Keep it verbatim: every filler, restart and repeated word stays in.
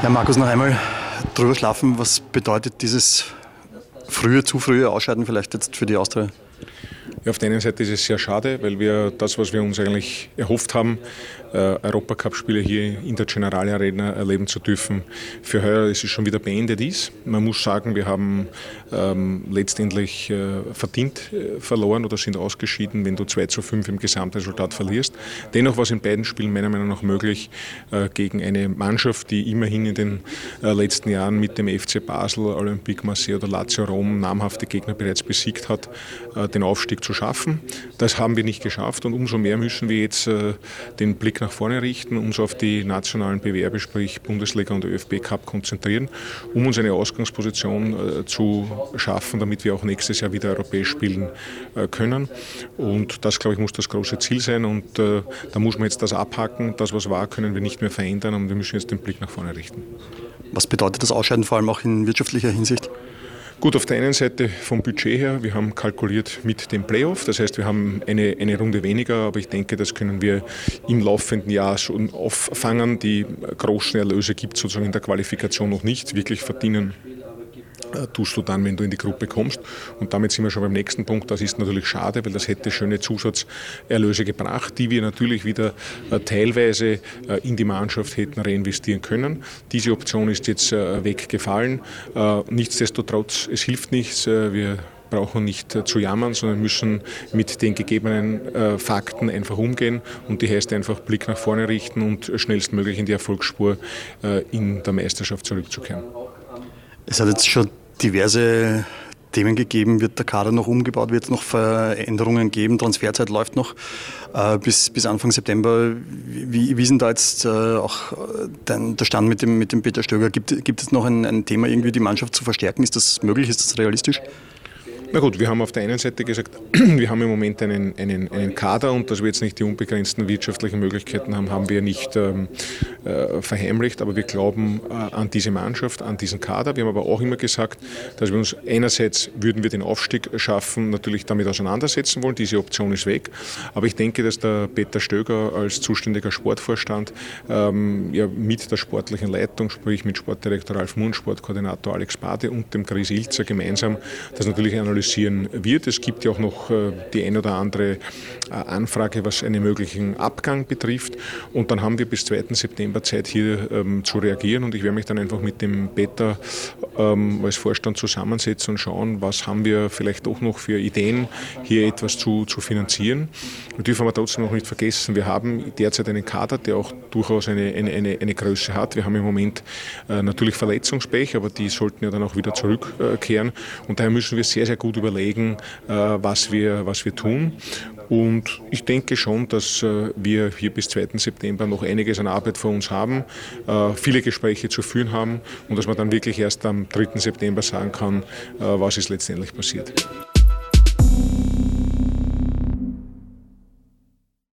Herr Markus, noch einmal drüber schlafen, was bedeutet dieses frühe, zu frühe Ausscheiden vielleicht jetzt für die Austria? Ja, auf der einen Seite ist es sehr schade, weil wir das, was wir uns eigentlich erhofft haben, äh, Europacup-Spiele hier in der Generali Arena erleben zu dürfen, für heuer ist es schon wieder beendet ist. Man muss sagen, wir haben ähm, letztendlich äh, verdient äh, verloren oder sind ausgeschieden, wenn du zwei zu fünf im Gesamtresultat verlierst. Dennoch war es in beiden Spielen meiner Meinung nach möglich, äh, gegen eine Mannschaft, die immerhin in den äh, letzten Jahren mit dem F C Basel, Olympique Marseille oder Lazio Rom namhafte Gegner bereits besiegt hat, äh, den Aufstieg zu schaffen. Das haben wir nicht geschafft und umso mehr müssen wir jetzt äh, den Blick nach vorne richten, uns auf die nationalen Bewerbe, sprich Bundesliga und ÖFB Cup konzentrieren, um uns eine Ausgangsposition äh, zu schaffen, damit wir auch nächstes Jahr wieder europäisch spielen äh, können. Und das, glaube ich, muss das große Ziel sein und äh, da muss man jetzt das abhaken. Das, was war, können wir nicht mehr verändern und wir müssen jetzt den Blick nach vorne richten. Was bedeutet das Ausscheiden vor allem auch in wirtschaftlicher Hinsicht? Gut, auf der einen Seite vom Budget her, wir haben kalkuliert mit dem Playoff, das heißt, wir haben eine, eine Runde weniger, aber ich denke, das können wir im laufenden Jahr schon auffangen. Die großen Erlöse gibt es sozusagen in der Qualifikation noch nicht, wirklich verdienen tust du dann, wenn du in die Gruppe kommst. Und damit sind wir schon beim nächsten Punkt. Das ist natürlich schade, weil das hätte schöne Zusatzerlöse gebracht, die wir natürlich wieder äh, teilweise äh, in die Mannschaft hätten reinvestieren können. Diese Option ist jetzt äh, weggefallen. Äh, nichtsdestotrotz, es hilft nichts. Äh, wir brauchen nicht äh, zu jammern, sondern müssen mit den gegebenen äh, Fakten einfach umgehen. Und die heißt einfach Blick nach vorne richten und schnellstmöglich in die Erfolgsspur äh, in der Meisterschaft zurückzukehren. Es hat jetzt schon diverse Themen gegeben. Wird der Kader noch umgebaut? Wird es noch Veränderungen geben? Transferzeit läuft noch äh, bis, bis Anfang September. Wie, wie ist denn da jetzt äh, auch der, der Stand mit dem, mit dem Peter Stöger? Gibt, gibt es noch ein, ein Thema, irgendwie die Mannschaft zu verstärken? Ist das möglich? Ist das realistisch? Na gut, wir haben auf der einen Seite gesagt, wir haben im Moment einen, einen, einen Kader und dass wir jetzt nicht die unbegrenzten wirtschaftlichen Möglichkeiten haben, haben wir nicht ähm, äh, verheimlicht, aber wir glauben äh, an diese Mannschaft, an diesen Kader. Wir haben aber auch immer gesagt, dass wir uns einerseits würden wir den Aufstieg schaffen, natürlich damit auseinandersetzen wollen, diese Option ist weg, aber ich denke, dass der Peter Stöger als zuständiger Sportvorstand ähm, ja, mit der sportlichen Leitung, sprich mit Sportdirektor Ralf Munn, Sportkoordinator Alex Bade und dem Chris Ilzer gemeinsam das natürlich analysieren wird. Es gibt ja auch noch äh, die ein oder andere äh, Anfrage, was einen möglichen Abgang betrifft. Und dann haben wir bis zweiten September Zeit, hier ähm, zu reagieren. Und ich werde mich dann einfach mit dem Peter ähm, als Vorstand zusammensetzen und schauen, was haben wir vielleicht auch noch für Ideen, hier etwas zu, zu finanzieren. Wir dürfen aber trotzdem noch nicht vergessen, wir haben derzeit einen Kader, der auch durchaus eine, eine, eine, eine Größe hat. Wir haben im Moment äh, natürlich Verletzungspech, aber die sollten ja dann auch wieder zurückkehren. Und daher müssen wir sehr, sehr gut überlegen, was wir, was wir tun. Und ich denke schon, dass wir hier bis zweiten September noch einiges an Arbeit vor uns haben, viele Gespräche zu führen haben und dass man dann wirklich erst am dritten September sagen kann, was ist letztendlich passiert.